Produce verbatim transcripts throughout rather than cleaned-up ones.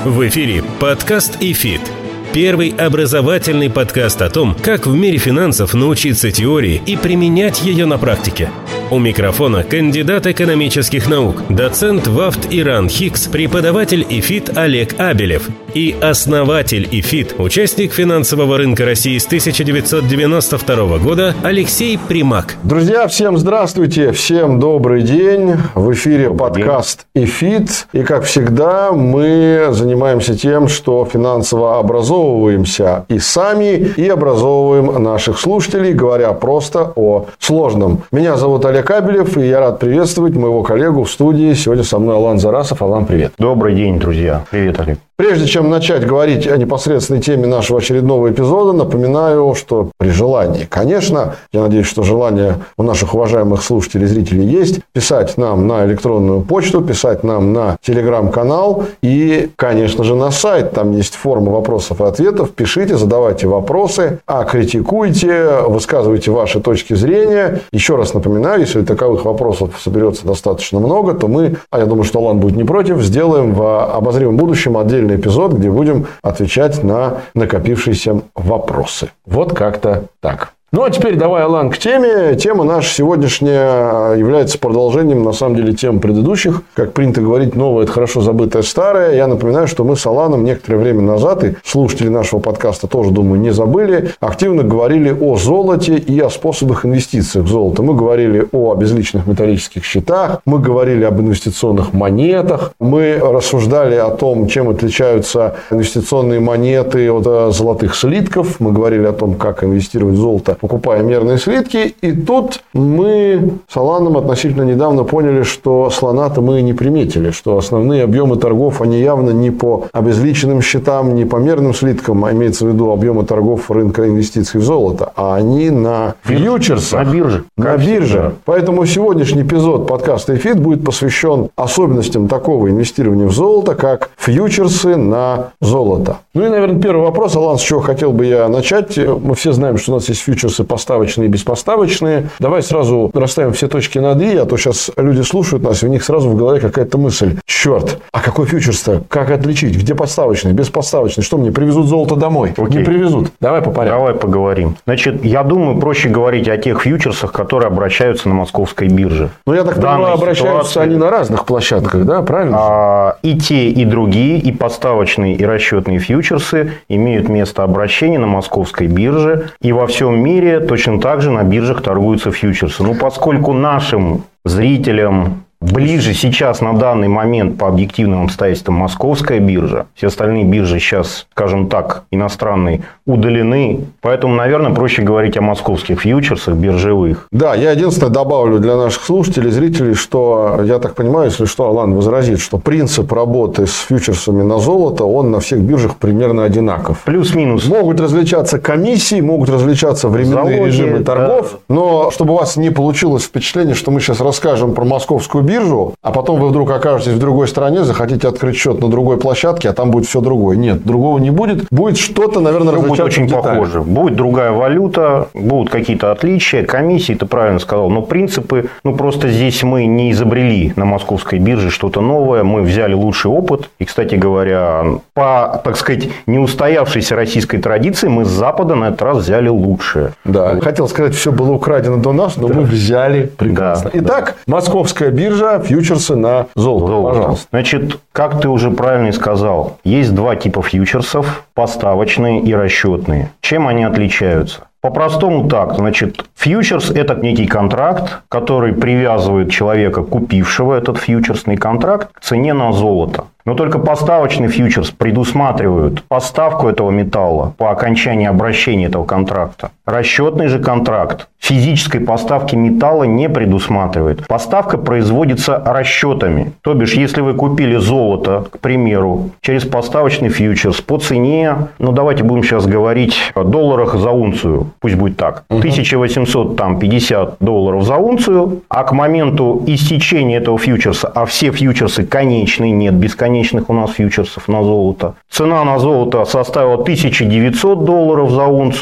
В эфире подкаст «ИФИТ». Первый образовательный подкаст о том, как в мире финансов научиться теории и применять ее на практике. У микрофона кандидат экономических наук, доцент ВАФТ Иран Хикс, преподаватель ИФИТ Олег Абелев и основатель ИФИТ, участник финансового рынка России с тысяча девятьсот девяносто второго года Алексей Примак. Друзья, всем здравствуйте, всем добрый день. В эфире добрый подкаст день. ИФИТ. И, как всегда, мы занимаемся тем, что финансово образовываемся и сами, и образовываем наших слушателей, говоря просто о сложном. Меня зовут Олег Абелев, и я рад приветствовать моего коллегу в студии. Сегодня со мной Алан Зарасов. Алан, привет. Добрый день, друзья. Привет, Олег. Прежде чем начать говорить о непосредственной теме нашего очередного эпизода, напоминаю, что при желании, конечно, я надеюсь, что желание у наших уважаемых слушателей и зрителей есть, писать нам на электронную почту, писать нам на телеграм-канал и, конечно же, на сайт. Там есть форма вопросов и ответов. Пишите, задавайте вопросы, а критикуйте, высказывайте ваши точки зрения. Еще раз напоминаю, если таковых вопросов соберется достаточно много, то мы, а я думаю, что Алан будет не против, сделаем в обозримом будущем отдельный эпизод, где будем отвечать на накопившиеся вопросы. Вот как-то так. Ну, а теперь давай, Алан, к теме. Тема наша сегодняшняя является продолжением, на самом деле, тем предыдущих. Как принято говорить, новое – это хорошо забытое старое. Я напоминаю, что мы с Аланом некоторое время назад, и слушатели нашего подкаста тоже, думаю, не забыли, активно говорили о золоте и о способах инвестиций в золото. Мы говорили о обезличенных металлических счетах, мы говорили об инвестиционных монетах, мы рассуждали о том, чем отличаются инвестиционные монеты от золотых слитков, мы говорили о том, как инвестировать в золото, покупая мерные слитки. И тут мы с Аланом относительно недавно поняли, что слона-то мы не приметили, что основные объемы торгов, они явно не по обезличенным счетам, не по мерным слиткам, а имеется в виду объемы торгов рынка инвестиций в золото, а они на фьючерсах. На бирже. На бирже. Поэтому сегодняшний эпизод подкаста «ИФИТ» будет посвящен особенностям такого инвестирования в золото, как фьючерсы на золото. Ну и, наверное, первый вопрос, Алан, с чего хотел бы я начать. Мы все знаем, что у нас есть фьючерсы поставочные и беспоставочные. Давай сразу расставим все точки над «и», а то сейчас люди слушают нас, и у них сразу в голове какая-то мысль. Черт, а какой фьючерс-то? Как отличить? Где поставочный, беспоставочный? Что, мне привезут золото домой? Окей. Не привезут. Давай по порядку. Давай поговорим. Значит, я думаю, проще говорить о тех фьючерсах, которые обращаются на московской бирже. Ну, я так понимаю, обращаются ситуации... они на разных площадках, да? Правильно? А, и те, и другие, и поставочные, и расчетные фьючерсы имеют место обращения на московской бирже. И во всем мире точно так же на биржах торгуются фьючерсы. Ну, поскольку нашим зрителям ближе сейчас на данный момент по объективным обстоятельствам московская биржа, все остальные биржи сейчас, скажем так, иностранные, удалены. Поэтому, наверное, проще говорить о московских фьючерсах биржевых. Да, я единственное добавлю для наших слушателей, зрителей, что, я так понимаю, если что, Алан возразит, что принцип работы с фьючерсами на золото, он на всех биржах примерно одинаков. Плюс-минус. Могут различаться комиссии, могут различаться временные Залоги, режимы торгов. Да. Но чтобы у вас не получилось впечатление, что мы сейчас расскажем про московскую биржу, биржу, а потом вы вдруг окажетесь в другой стране, захотите открыть счет на другой площадке, а там будет все другое. Нет, другого не будет. Будет что-то, наверное, будет очень детали. похоже. Будет другая валюта, будут какие-то отличия, комиссии, ты правильно сказал. Но принципы, ну просто здесь мы не изобрели на московской бирже что-то новое. Мы взяли лучший опыт. И, кстати говоря, по, так сказать, неустоявшейся российской традиции мы с Запада на этот раз взяли лучшее. Да. Хотел сказать, все было украдено до нас, но да. мы взяли прекрасно. Да. Итак, да. московская биржа, фьючерсы на золото. золото. Пожалуйста. Значит, как ты уже правильно сказал, есть два типа фьючерсов: поставочные и расчетные. Чем они отличаются? По-простому так. Значит, фьючерс – это некий контракт, который привязывает человека, купившего этот фьючерсный контракт, к цене на золото. Но только поставочный фьючерс предусматривает поставку этого металла по окончании обращения этого контракта. Расчетный же контракт физической поставки металла не предусматривает. Поставка производится расчетами. То бишь, если вы купили золото, к примеру, через поставочный фьючерс по цене, ну давайте будем сейчас говорить о долларах за унцию, пусть будет так, тысяча восемьсот пятьдесят долларов за унцию, а к моменту истечения этого фьючерса, а все фьючерсы конечные, нет бесконечных у нас фьючерсов на золото, цена на золото составила тысяча девятьсот долларов за унцию, то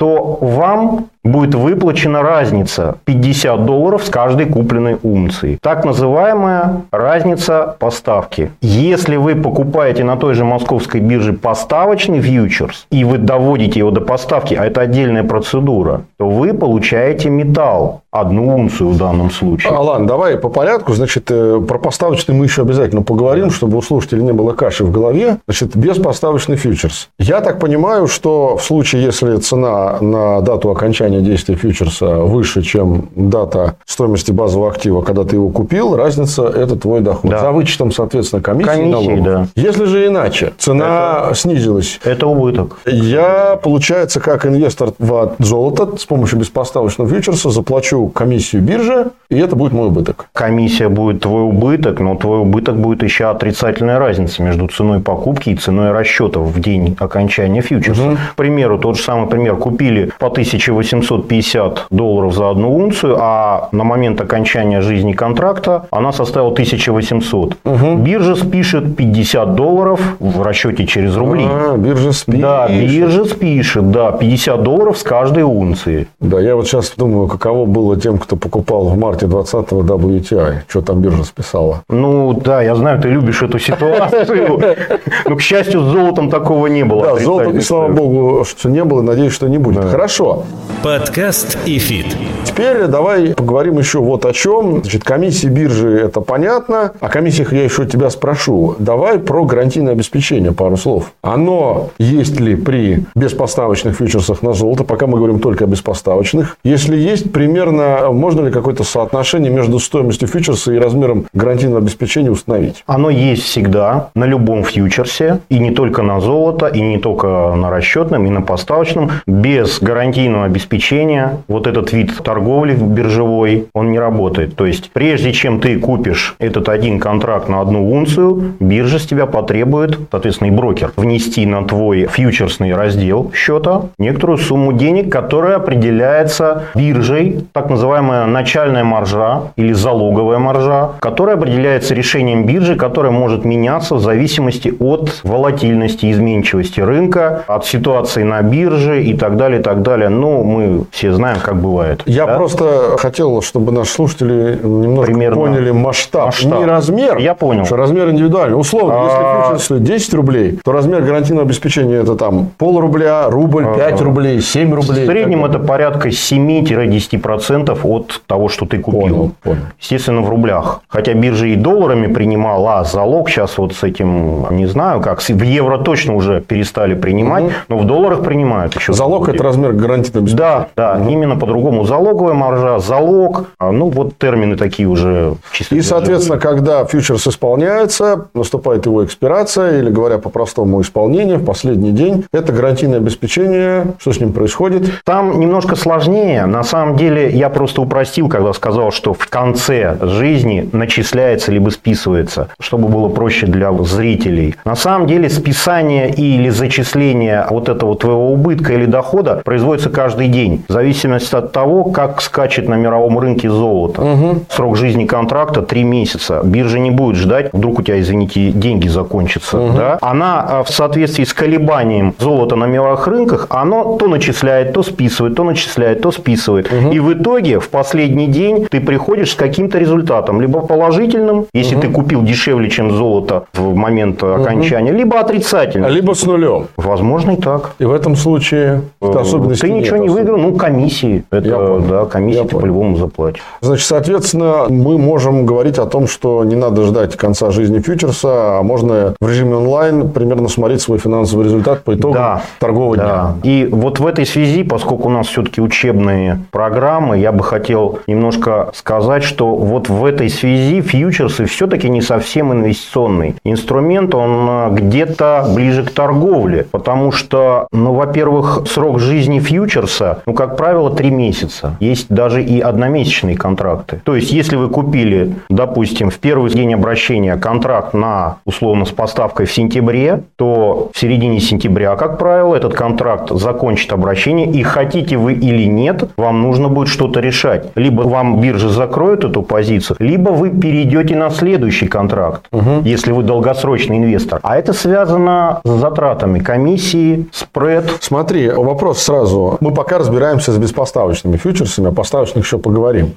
то вам будет выплачена разница пятьдесят долларов с каждой купленной унции. Так называемая разница поставки. Если вы покупаете на той же московской бирже поставочный фьючерс, и вы доводите его до поставки, а это отдельная процедура, то вы получаете металл. Одну унцию в данном случае. Алан, давай по порядку. Значит, про поставочный мы еще обязательно поговорим, чтобы у слушателей не было каши в голове. Значит, беспоставочный фьючерс. Я так понимаю, что в случае, если цена на дату окончания действия фьючерса выше, чем дата стоимости базового актива, когда ты его купил, разница – это твой доход. Да. За вычетом, соответственно, комиссии, комиссии и налогов. Да. Если же иначе, цена это, снизилась. Это убыток. Я, получается, как инвестор в золото с помощью беспоставочного фьючерса заплачу комиссию биржи, и это будет мой убыток. Комиссия будет твой убыток, но твой убыток будет еще отрицательная разница между ценой покупки и ценой расчета в день окончания фьючерса. Угу. К примеру, тот же самый пример, купили по тысяча восемьсот пятьдесят долларов за одну унцию, а на момент окончания жизни контракта она составила тысяча восемьсот. Угу. Биржа спишет пятьдесят долларов в расчете через рубли. А, биржа спишет. Да, биржа спишет, да, пятьдесят долларов с каждой унции. Да, я вот сейчас думаю, каково было тем, кто покупал в марте двадцатого дабл ю ти ай. Что там биржа списала? Ну, да, я знаю, ты любишь эту ситуацию. Но, к счастью, с золотом такого не было. Да, с золотом, слава богу, что не было. Надеюсь, что не будет. Хорошо. Подкаст «ИФИТ». Теперь давай поговорим еще вот о чем. Значит, комиссии биржи – это понятно. О комиссиях я еще тебя спрошу. Давай про гарантийное обеспечение пару слов. Оно есть ли при беспоставочных фьючерсах на золото? Пока мы говорим только о беспоставочных. Если есть, примерно можно ли какое-то соотношение между стоимостью фьючерса и размером гарантийного обеспечения установить? Оно есть всегда на любом фьючерсе. И не только на золото, и не только на расчетном, и на поставочном. Без гарантийного обеспечения вот этот вид торговли биржевой, он не работает. То есть, прежде чем ты купишь этот один контракт на одну унцию, биржа с тебя потребует, соответственно, и брокер, внести на твой фьючерсный раздел счета некоторую сумму денег, которая определяется биржей, так называемая начальная маржа или залоговая маржа, которая определяется решением биржи, которая может меняться в зависимости от волатильности, изменчивости рынка, от ситуации на бирже и так далее, и так далее. Но мы все знаем, как бывает. Я да? просто хотел, чтобы наши слушатели немножко Примерно поняли масштаб. масштаб. Не размер, Я понял. Что размер индивидуальный. Условно, а... если фьючерс стоит десять рублей, то размер гарантийного обеспечения это там пол рубля, рубль, пять рублей, семь рублей. В среднем это порядка семь-десять процентов от того, что ты купил. Понял, понял. Естественно, в рублях. Хотя биржа и долларами принимала, а залог сейчас вот с этим, не знаю как, в евро точно уже перестали принимать, угу. но в долларах принимают. Еще залог – это размер гарантийного обеспечения? Да, да, угу. именно по-другому. Залоговая маржа, залог, ну вот термины такие уже чисто. И, соответственно, когда фьючерс исполняется, наступает его экспирация, или, говоря по-простому, исполнение в последний день, это гарантийное обеспечение. Что с ним происходит? Там немножко сложнее. На самом деле, я просто упростил, когда сказал, что в конце жизни начисляется либо списывается, чтобы было проще для зрителей. На самом деле, списание или зачисление вот этого твоего убытка или дохода производится каждый день. В зависимости от того, как скачет на мировом рынке золото. Угу. Срок жизни контракта три месяца. Биржа не будет ждать, вдруг у тебя, извините, деньги закончатся. Угу. Да? Она в соответствии с колебанием золота на мировых рынках, оно то начисляет, то списывает, то начисляет, то списывает. Угу. И в итоге в последний день ты приходишь с каким-то результатом. Либо положительным, если угу. ты купил дешевле, чем золото в момент угу. окончания, либо отрицательным. Либо с нулем. Возможно и так. И в этом случае особенности ты ничего нет, не выиграл, ну комиссии. Это, да, комиссии ты по-любому заплатишь. Значит, соответственно, мы можем говорить о том, что не надо ждать конца жизни фьючерса, а можно в режиме онлайн примерно смотреть свой финансовый результат по итогам да, торгового да. дня. И вот в этой связи, поскольку у нас все-таки учебные программы, я бы хотел немножко сказать, что вот в этой связи фьючерсы все-таки не совсем инвестиционный инструмент, он где-то ближе к торговле, потому что, ну, во-первых, срок жизни фьючерса, ну, как правило, три месяца. Есть даже и одномесячные контракты. То есть, если вы купили, допустим, в первый день обращения контракт на, условно, с поставкой в сентябре, то в середине сентября, как правило, этот контракт закончит обращение, и хотите вы или нет, вам нужно будет что-то решать. Либо вам биржа закроет эту позицию, либо вы перейдете на следующий контракт, угу. если вы долгосрочный инвестор. А это связано с затратами комиссии, спред. Смотри, вопрос вопрос сразу. Мы пока разбираемся с беспоставочными фьючерсами, о поставочных еще поговорим.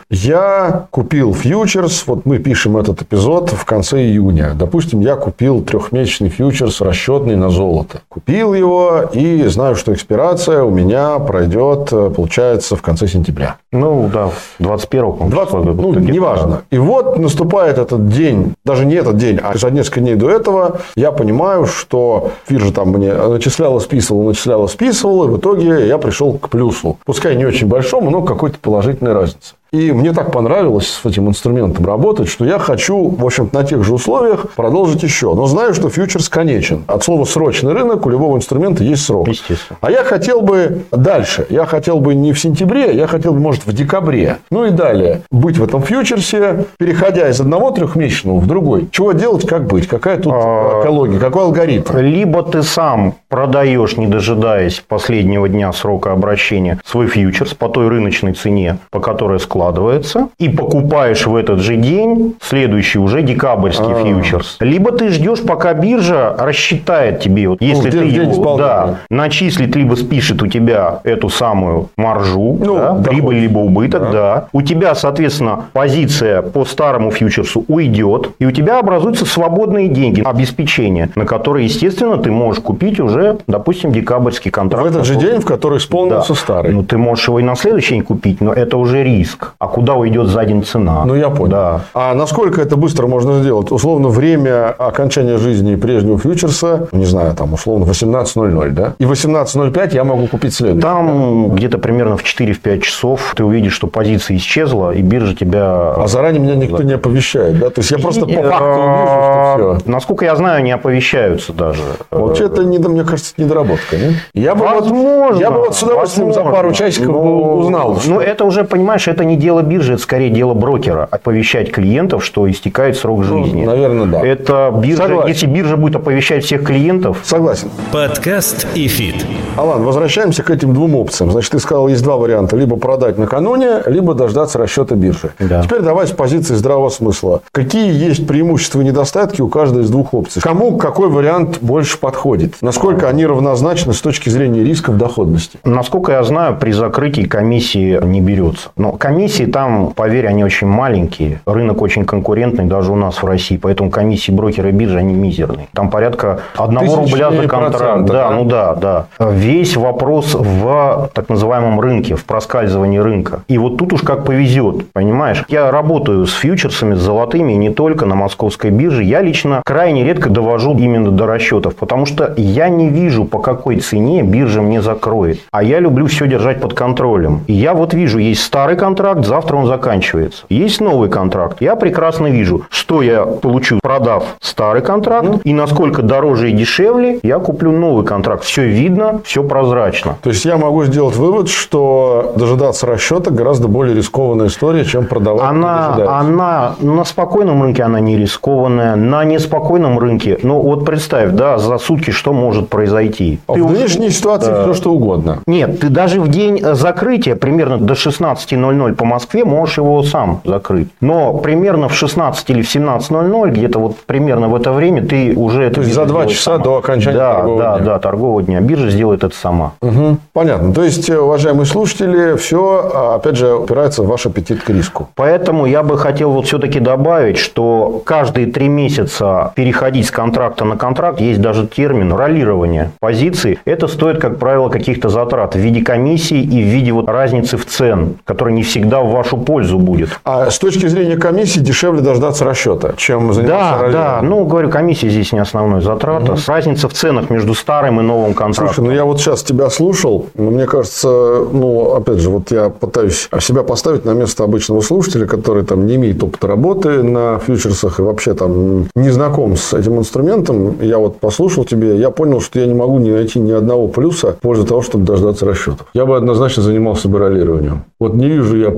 Я купил фьючерс, вот мы пишем этот эпизод в конце июня. Допустим, я купил трехмесячный фьючерс расчетный на золото. Купил его и знаю, что экспирация у меня пройдет, получается, в конце сентября. Ну, да, двадцать первого, двадцатого, ну, неважно. И вот наступает этот день, даже не этот день, а за несколько дней до этого я понимаю, что биржа там мне начисляла, списывала, начисляла, списывала, и в итоге я пришел к плюсу. Пускай не очень большому, но какой-то положительной разницы. И мне так понравилось с этим инструментом работать, что я хочу, в общем-то, на тех же условиях продолжить еще. Но знаю, что фьючерс конечен. От слова «срочный рынок» у любого инструмента есть срок. Естественно. А я хотел бы дальше. Я хотел бы не в сентябре, я хотел бы, может, в декабре. Ну и далее. Быть в этом фьючерсе, переходя из одного трехмесячного в другой. Чего делать, как быть? Какая тут экология? Какой алгоритм? Либо ты сам продаешь, не дожидаясь последнего дня срока обращения, свой фьючерс по той рыночной цене, по которой складывается, и покупаешь в этот же день следующий уже декабрьский А-а-а. фьючерс. Либо ты ждешь, пока биржа рассчитает тебе, вот, если ну, ты его да, начислит, либо спишет у тебя эту самую маржу, ну, да, прибыль, либо убыток, да. да. У тебя, соответственно, позиция по старому фьючерсу уйдет, и у тебя образуются свободные деньги, обеспечение, на которые, естественно, ты можешь купить уже, допустим, декабрьский контракт. В этот же день, в который исполнился да. старый. Ну, ты можешь его и на следующий день купить, но это уже риск. А куда уйдет за день цена? Ну, я понял. Да. А насколько это быстро можно сделать? Условно, время окончания жизни прежнего фьючерса, не знаю, там, условно, восемнадцать ноль ноль, да? И в восемнадцать ноль пять я могу купить следующий. Там да? где-то примерно в четыре-пять часов ты увидишь, что позиция исчезла, и биржа тебя... А заранее меня никто не оповещает, да? То есть, я просто по факту увижу, что все. Насколько я знаю, не оповещаются даже. Вот это, мне кажется, недоработка, нет? Я бы возможно. Вот, я бы вот с удовольствием возможно. за пару часиков ну, узнал. Ну, это уже, понимаешь, это не дело биржи, это скорее дело брокера. Оповещать клиентов, что истекает срок жизни. Ну, наверное, да. Это биржа, Согласен. Если биржа будет оповещать всех клиентов... Согласен. Подкаст «ИФИТ». Алан, возвращаемся к этим двум опциям. Значит, ты сказал, есть два варианта. Либо продать накануне, либо дождаться расчета биржи. Да. Теперь давай с позиции здравого смысла. Какие есть преимущества и недостатки у каждой из двух опций? Кому какой вариант больше подходит? Насколько они равнозначны с точки зрения рисков доходности? Насколько я знаю, при закрытии комиссии не берется. Но комиссии там, поверь, они очень маленькие. Рынок очень конкурентный даже у нас в России. Поэтому комиссии брокера и биржи, они мизерные. Там порядка одного рубля за контракт. Да, да, ну да, да. Весь вопрос в так называемом рынке, в проскальзывании рынка. И вот тут уж как повезет, понимаешь? Я работаю с фьючерсами, с золотыми, не только на московской бирже. Я лично крайне редко довожу именно до расчетов, потому что я не вижу, по какой цене биржа мне закроет. А я люблю все держать под контролем. И я вот вижу, есть старый контракт, завтра он заканчивается. Есть новый контракт. Я прекрасно вижу, что я получу, продав старый контракт, и насколько дороже и дешевле я куплю новый контракт. Все видно, все прозрачно. То есть, я могу сделать вывод, что дожидаться расчета гораздо более рискованная история, чем продавать. Она, она на спокойном рынке она не рискованная, на неспокойном рынке, ну вот представь, да, за сутки что может произойти. А ты в нынешней уж... ситуации да. все что угодно. Нет, ты даже в день закрытия, примерно до шестнадцати ноль-ноль по Москве, можешь его сам закрыть. Но примерно в шестнадцать или в семнадцать ноль-ноль, где-то вот примерно в это время ты уже это... То есть, за два часа сама. до окончания да, торгового да, дня. Да, да, торгового дня. Биржа сделает это сама. Угу. Понятно. То есть, уважаемые слушатели, все, опять же, упирается в ваш аппетит к риску. Поэтому я бы хотел вот все-таки добавить, что каждые три месяца переходить с контракта на контракт, есть даже термин роллирование позиций. Это стоит, как правило, каких-то затрат в виде комиссии и в виде вот разницы в цен, которая не всегда в вашу пользу будет. А с точки зрения комиссии дешевле дождаться расчета, чем заниматься роллированием? Да, да. Ну, говорю, комиссия здесь не основной затрата. Угу. Разница в ценах между старым и новым контрактом. Слушай, ну я вот сейчас тебя слушал, но мне кажется, ну, опять же, вот я пытаюсь себя поставить на место обычного слушателя, который там не имеет опыта работы на фьючерсах и вообще там не знаком с этим инструментом. Я вот послушал тебя, я понял, что я не могу не найти ни одного плюса в пользу того, чтобы дождаться расчетов. Я бы однозначно занимался бы роллированием. Вот не вижу я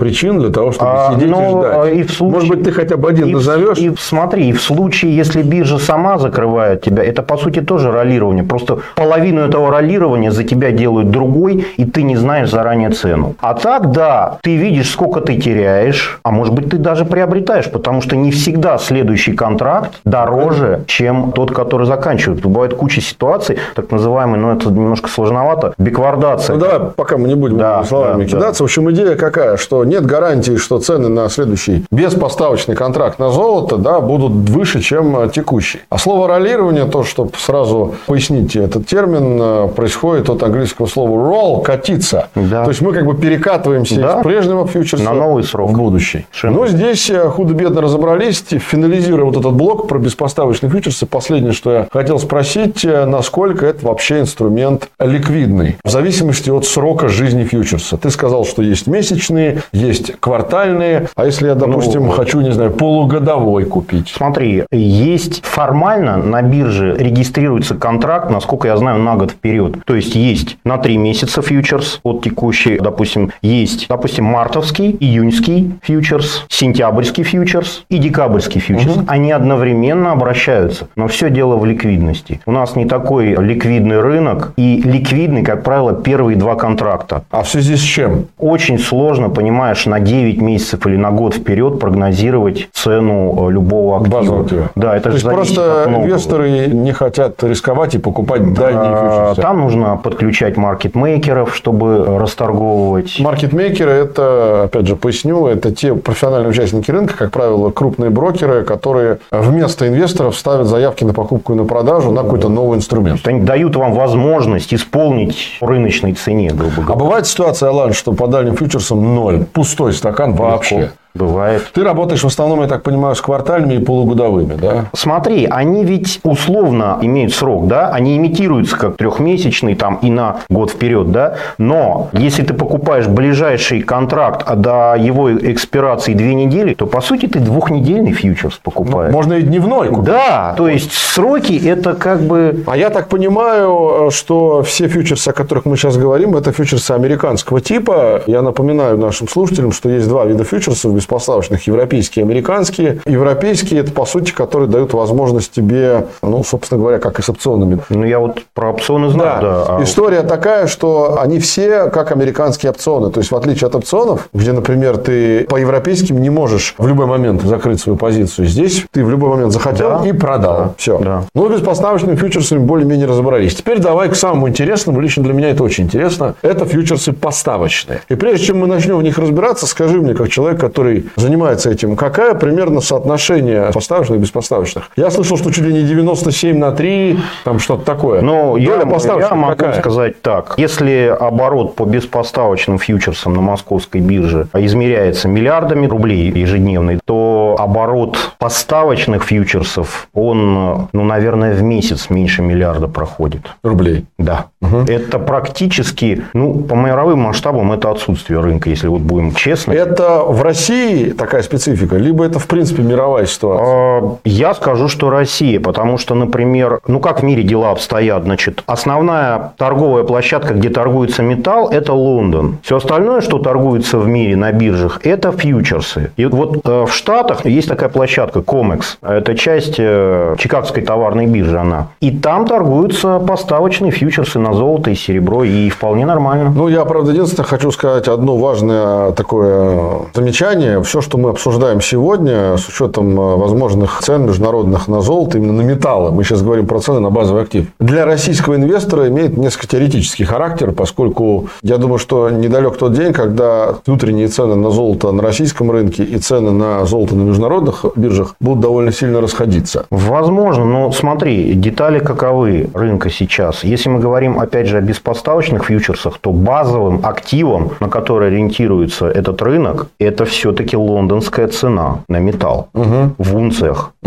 причин для того, чтобы а, сидеть но, и ждать. И в случае, Может быть, ты хотя бы один и назовешь? В, и смотри, в случае, если биржа сама закрывает тебя, это, по сути, тоже роллирование. Просто половину этого роллирования за тебя делают другой, и ты не знаешь заранее цену. А так, да, ты видишь, сколько ты теряешь, а может быть, ты даже приобретаешь, потому что не всегда следующий контракт дороже, чем тот, который заканчивает. Бывает куча ситуаций, так называемые, но это немножко сложновато, биквардация. Ну, давай, пока мы не будем да, словами да, кидаться. Да. В общем, идея какая, что нет гарантии, что цены на следующий беспоставочный контракт на золото, да, будут выше, чем текущий. А слово роллирование, то, чтобы сразу пояснить этот термин, происходит от английского слова roll, катиться. Да. То есть мы как бы перекатываемся да. из прежнего фьючерса на новый срок. В будущий. Шим. Но здесь худо-бедно разобрались, финализируя вот этот блок про беспоставочные фьючерсы. Последнее, что я хотел спросить, насколько это вообще инструмент ликвидный, в зависимости от срока жизни фьючерса. Ты сказал, что есть месячные, есть квартальные, а если я, допустим, ну, хочу, не знаю, полугодовой купить? Смотри, есть формально на бирже регистрируется контракт, насколько я знаю, на год вперед. То есть, есть на три месяца фьючерс от текущей, допустим, есть, допустим, мартовский, июньский фьючерс, сентябрьский фьючерс и декабрьский фьючерс. Угу. Они одновременно обращаются. Но все дело в ликвидности. У нас не такой ликвидный рынок, и ликвидный, как правило, первые два контракта. А в связи с чем? Очень сложно, понимаешь, на девять месяцев или на год вперед прогнозировать цену любого актива. Да, это То есть просто инвесторы не хотят рисковать и покупать дальние фьючерсы. Там нужно подключать маркетмейкеров, чтобы расторговывать. Маркетмейкеры, это, опять же, поясню, это те профессиональные участники рынка, как правило, крупные брокеры, которые вместо инвесторов ставят заявки на покупку и на продажу на какой-то новый инструмент. Они дают вам возможность исполнить по рыночной цене, грубо говоря. А бывает ситуация, Алан, что по дальним фьючерсам ноль, пустой стакан вообще? Легко. Бывает. Ты работаешь в основном, я так понимаю, с квартальными и полугодовыми, да? Смотри, они ведь условно имеют срок, да? Они имитируются как трехмесячный там и на год вперед, да? Но если ты покупаешь ближайший контракт, а до его экспирации две недели, то по сути ты двухнедельный фьючерс покупаешь. Ну, можно и дневной купить. Да, то есть сроки это как бы... А я так понимаю, что все фьючерсы, о которых мы сейчас говорим, это фьючерсы американского типа. Я напоминаю нашим слушателям, что есть два вида фьючерсов беспоставочных: европейские и американские. Европейские – это, по сути, которые дают возможность тебе, ну, собственно говоря, как и с опционами. Ну, я вот про опционы знаю, да. да. История такая, что они все как американские опционы. То есть, в отличие от опционов, где, например, ты по европейским не можешь в любой момент закрыть свою позицию. Здесь ты в любой момент захотел да. и продал. Да. Все. Да. Ну, с беспоставочными фьючерсами более-менее разобрались. Теперь давай к самому интересному. Лично для меня это очень интересно. Это фьючерсы поставочные. И прежде чем мы начнем в них разбираться, скажи мне, как человек, который занимается этим, какая примерно соотношение поставочных и беспоставочных? Я слышал, что чуть ли не девяносто семь на три, там что-то такое. Ну, я, я могу какая? сказать так. Если оборот по беспоставочным фьючерсам на московской бирже измеряется миллиардами рублей ежедневный, то оборот поставочных фьючерсов, он, ну, наверное, в месяц меньше миллиарда проходит. Рублей? Да. Угу. Это практически, ну, по мировым масштабам, это отсутствие рынка, если вот будем честны. Это в России такая специфика, либо это, в принципе, мировая ситуация? Я скажу, что Россия, потому что, например, ну, как в мире дела обстоят, значит, основная торговая площадка, где торгуется металл, это Лондон. Все остальное, что торгуется в мире на биржах, это фьючерсы. И вот в Штатах есть такая площадка Комекс, это часть Чикагской товарной биржи она. И там торгуются поставочные фьючерсы на золото и серебро, и вполне нормально. Ну, я, правда, единственное хочу сказать одно важное такое замечание. Все, что мы обсуждаем сегодня, с учетом возможных цен международных на золото, именно на металлы, мы сейчас говорим про цены на базовый актив, для российского инвестора имеет несколько теоретический характер, поскольку я думаю, что недалек тот день, когда внутренние цены на золото на российском рынке и цены на золото на международных биржах будут довольно сильно расходиться. Возможно, но смотри, детали каковы рынка сейчас. Если мы говорим, опять же, о беспоставочных фьючерсах, то базовым активом, на который ориентируется этот рынок, это все-таки лондонская цена на металл угу. в унциях. Угу.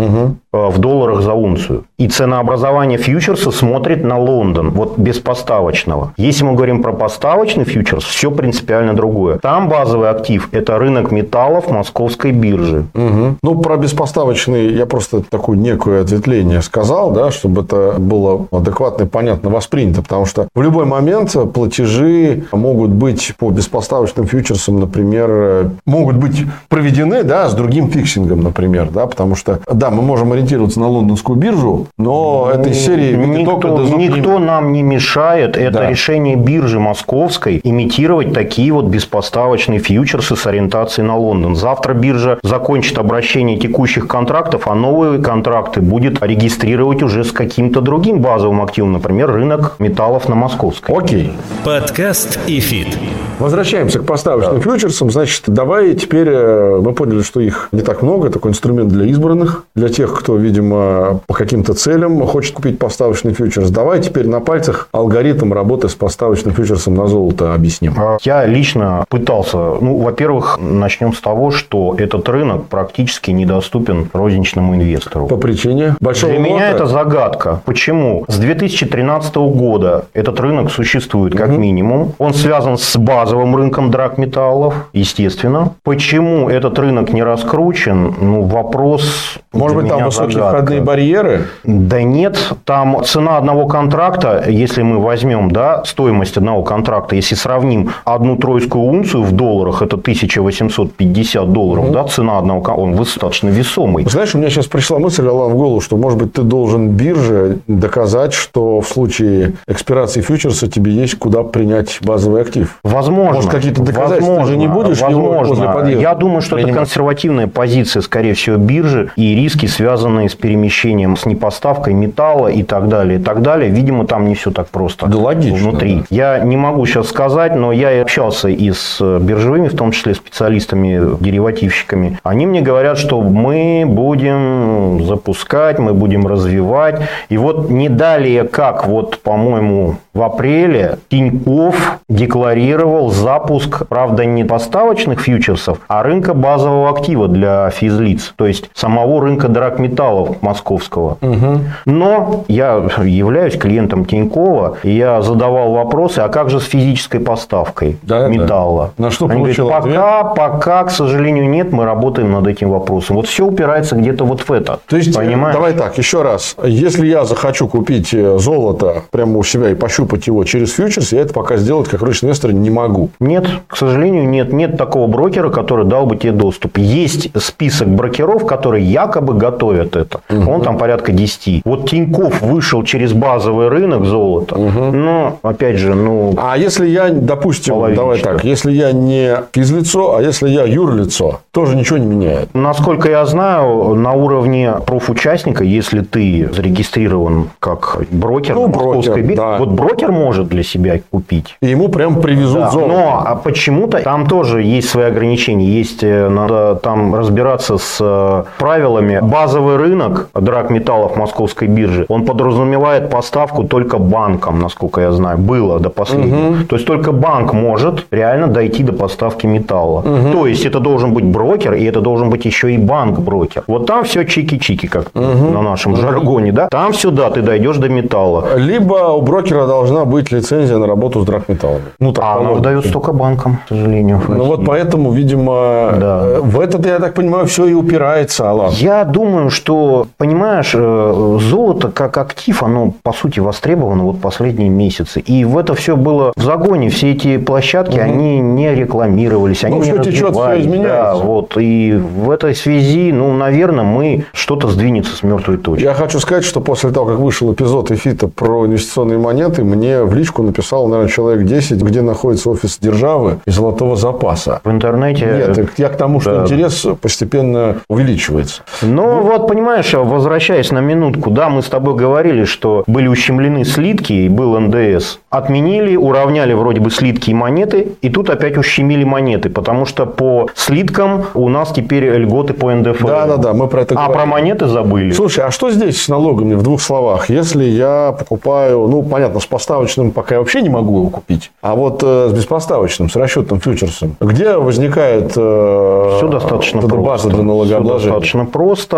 в долларах за унцию. И ценообразование фьючерса смотрит на Лондон, вот без поставочного. Если мы говорим про поставочный фьючерс, все принципиально другое. Там базовый актив – это рынок металлов Московской биржи. Угу. Ну, про беспоставочный я просто такое некое ответвление сказал, да, чтобы это было адекватно и понятно воспринято, потому что в любой момент платежи могут быть по беспоставочным фьючерсам, например, могут быть проведены, да, с другим фиксингом, например, да, потому что, да, мы можем ориентироваться на лондонскую биржу, но этой серии никто, никто нам не мешает, это да. решение биржи Московской имитировать такие вот беспоставочные фьючерсы с ориентацией на Лондон. Завтра биржа закончит обращение текущих контрактов, а новые контракты будет регистрировать уже с каким-то другим базовым активом, например, рынок металлов на Московской. Окей. Подкаст «ИФИТ». Возвращаемся к поставочным да. фьючерсам. Значит, давай теперь мы поняли, что их не так много. Такой инструмент для избранных, для тех, кто, видимо, по каким-то целям хочет купить поставочный фьючерс. Давай теперь на пальцах алгоритм работы с поставочным фьючерсом на золото объясним. Я лично пытался. Ну, во-первых, начнем с того, что этот рынок практически недоступен розничному инвестору. По причине большого Для лота? меня это загадка. Почему? С две тысячи тринадцатого года этот рынок существует как угу. минимум. Он связан с базовым рынком драгметаллов, естественно. Почему этот рынок не раскручен? Ну, вопрос. Может быть, там высокие загадка. Входные барьеры? Да нет. Там цена одного контракта, если мы возьмем, да, стоимость одного контракта, если сравним одну тройскую унцию в долларах, это тысяча восемьсот пятьдесят долларов, угу. да, цена одного контракта, он достаточно весомый. Знаешь, у меня сейчас пришла мысль, Алан, в голову, что, может быть, ты должен бирже доказать, что в случае экспирации фьючерса тебе есть куда принять базовый актив. Возможно. Может, какие-то доказательства возможно, же не будешь возможно. возле подъезда? Я думаю, что принимать. Это консервативная позиция, скорее всего, биржи и риски, связанные с перемещением, с непоставкой металла и так далее, и так далее. Видимо, там не все так просто. Да, логично. Внутри. Да. Я не могу сейчас сказать, но я и общался и с биржевыми, в том числе специалистами, деривативщиками. Они мне говорят, что мы будем запускать, мы будем развивать. И вот не далее, как вот, по-моему, в апреле Тинькофф декларировал запуск, правда, не поставочных фьючерсов, а рынка базового актива для физлиц, то есть самого рынка драгметаллов московского. Угу. Но я являюсь клиентом Тинькова, и я задавал вопросы, а как же с физической поставкой да, металла? Да. На что Они получил говорят, ответ? Пока, пока, к сожалению, нет, мы работаем над этим вопросом. Вот все упирается где-то вот в это. То есть, понимаешь? Давай так, еще раз. Если я захочу купить золото прямо у себя и пощупать его через фьючерс, я это пока сделать как рыночный инвестор не могу. Нет, к сожалению, нет. Нет такого брокера, который дал бы тебе доступ. Есть список брокеров, которые якобы готовят это. Угу. Он там порядка десяти. Вот Тинькофф вышел через базовый рынок золота. Угу. Но, опять же, ну... А если я, допустим, половинчато. Давай так, если я не физлицо, а если я юрлицо, тоже ничего не меняет? Насколько я знаю, на уровне профучастника, если ты зарегистрирован как брокер ну, на Московской бирже, да. вот брокер может для себя купить. И ему прям привезут да. золото. Но а почему-то там тоже есть свои ограничения. Есть, надо там разбираться с правилами. Базовый рынок драгметаллов Московской биржи, он подразумевает поставку только банкам, насколько я знаю. Было до последнего. Угу. То есть, только банк может реально дойти до поставки металла. Угу. То есть, это должен быть брокер, и это должен быть еще и банк-брокер. Вот там все чики-чики, как угу. на нашем угу. жаргоне. Да? Там сюда ты дойдешь до металла. Либо у брокера должна быть лицензия на работу с драгметаллами. Ну, так, а она выдается только банкам, к сожалению. Ну, вот поэтому, видимо, да. в это, я так понимаю, все и упирается, Алан. Я думаю, что, понимаешь, золото как актив, оно, по сути, востребовано вот последние месяцы. И в это все было в загоне. Все эти площадки, угу. они не рекламировались, они ну, не развивались. Все изменяется. Да, вот. И в этой связи, ну, наверное, мы что-то сдвинется с мертвой точки. Я хочу сказать, что после того, как вышел эпизод ИФИТа про инвестиционные монеты, мне в личку написал, наверное, человек десять, где находится офис державы и золотого запаса. В интернете? Нет, я к тому, что да. интерес постепенно увеличивается. Ну, ну, вот, понимаешь, возвращаясь на минутку, да, мы с тобой говорили, что были ущемлены слитки и был эн дэ эс. Отменили, уравняли вроде бы слитки и монеты, и тут опять ущемили монеты, потому что по слиткам у нас теперь льготы по эн дэ эф. Да, да, да, мы про это а говорим. Про монеты забыли. Слушай, а что здесь с налогами в двух словах? Если я покупаю, ну, понятно, с поставочным пока я вообще не могу его купить, а вот э, с беспоставочным, с расчетным фьючерсом, где возникает э, все достаточно база просто. для налогообложения? Все достаточно просто.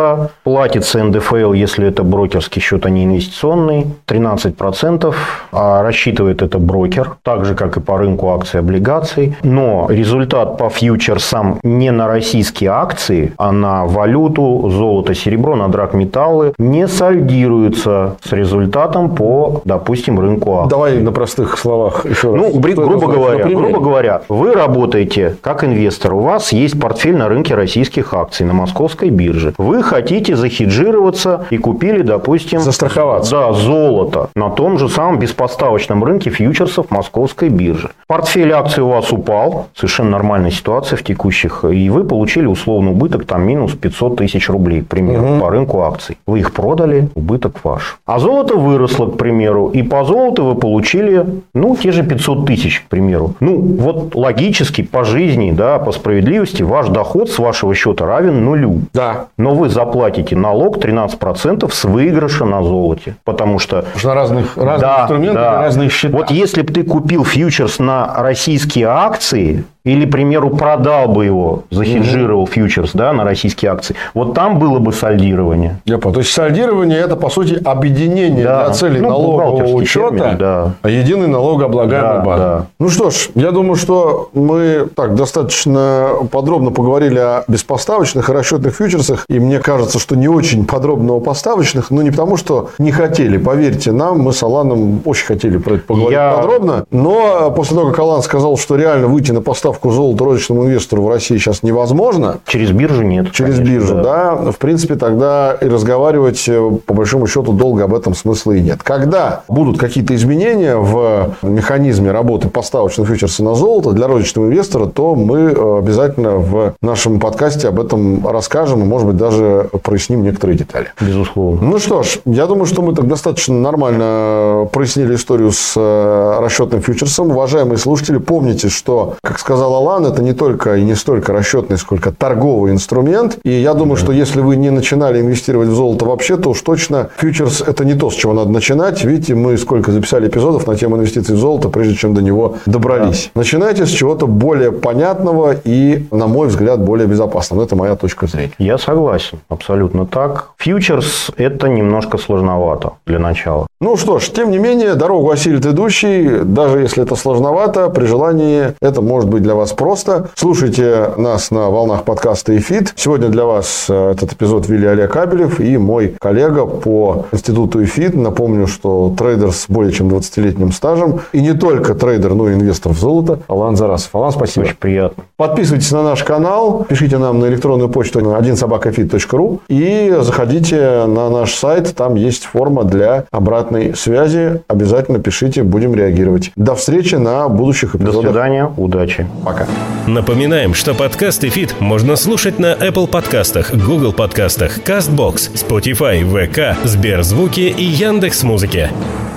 Платится эн дэ эф эл, если это брокерский счет, а не инвестиционный, тринадцать процентов. А рассчитывает это брокер, так же, как и по рынку акций и облигаций. Но результат по фьючерсам не на российские акции, а на валюту, золото, серебро, на драгметаллы не сольдируется с результатом по, допустим, рынку акций. Давай на простых словах еще раз. Ну, гру- грубо, говоря, грубо говоря, вы работаете как инвестор, у вас есть портфель на рынке российских акций на московской бирже. Вы хотите захеджироваться и купили, допустим, застраховаться. Да, золото на том же самом беспоставочном рынке фьючерсов московской биржи. Портфель акций у вас упал, совершенно нормальная ситуация в текущих, и вы получили условный убыток там минус пятьсот тысяч рублей, к примеру, угу. по рынку акций. Вы их продали, убыток ваш. А золото выросло, к примеру, и по золоту вы получили, ну, те же пятьсот тысяч, к примеру. Ну, вот логически, по жизни, да, по справедливости, ваш доход с вашего счета равен нулю. Да. Но вы заплатите налог тринадцать процентов с выигрыша на золоте. Потому что... Потому что на разных, разных да, инструментах да. и разные счета. Вот если бы ты купил фьючерс на российские акции... Или, к примеру, продал бы его, захеджировал mm-hmm. фьючерс, да, на российские акции. Вот там было бы сольдирование. Я понял. То есть сольдирование это, по сути, объединение да. для целей ну, налогового учета, термин, да. а единый налогооблагаемый да, базы. Да. Ну что ж, я думаю, что мы так достаточно подробно поговорили о беспоставочных и расчетных фьючерсах. И мне кажется, что не очень подробно о поставочных, но не потому, что не хотели. Поверьте нам, мы с Аланом очень хотели про это поговорить я... подробно. Но после того, как Алан сказал, что реально выйти на поставку золота розничному инвестору в России сейчас невозможно. Через биржу нет. Через конечно, биржу, да. да. В принципе, тогда и разговаривать, по большому счету, долго об этом смысла и нет. Когда будут какие-то изменения в механизме работы поставочных фьючерсов на золото для розничного инвестора, то мы обязательно в нашем подкасте об этом расскажем и, может быть, даже проясним некоторые детали. Безусловно. Ну что ж, я думаю, что мы так достаточно нормально прояснили историю с расчетным фьючерсом. Уважаемые слушатели, помните, что, как сказал Алан, это не только и не столько расчетный, сколько торговый инструмент. И я думаю, да. что если вы не начинали инвестировать в золото вообще, то уж точно фьючерс – это не то, с чего надо начинать. Видите, мы сколько записали эпизодов на тему инвестиций в золото, прежде чем до него добрались. Да. Начинайте с чего-то более понятного и, на мой взгляд, более безопасного. Это моя точка зрения. Я согласен. Абсолютно так. Фьючерс – это немножко сложновато для начала. Ну что ж, тем не менее, дорогу осилит идущий. Даже если это сложновато, при желании это может быть для вас просто. Слушайте нас на волнах подкаста «ИФИТ». Сегодня для вас этот эпизод вели Олег Кабелев и мой коллега по институту ИФИТ. Напомню, что трейдер с более чем двадцатилетним стажем. И не только трейдер, но и инвестор в золото. Алан Зарасов. Алан, спасибо. Очень приятно. Подписывайтесь на наш канал. Пишите нам на электронную почту один собака эфит точка ру. И заходите на наш сайт. Там есть форма для обратной связи. Обязательно пишите. Будем реагировать. До встречи на будущих эпизодах. До свидания. Удачи. Пока. Напоминаем, что подкаст «ИФИТ» можно слушать на Apple подкастах, Google подкастах, CastBox, Spotify, ВК, Сберзвуки и Яндекс.Музыке.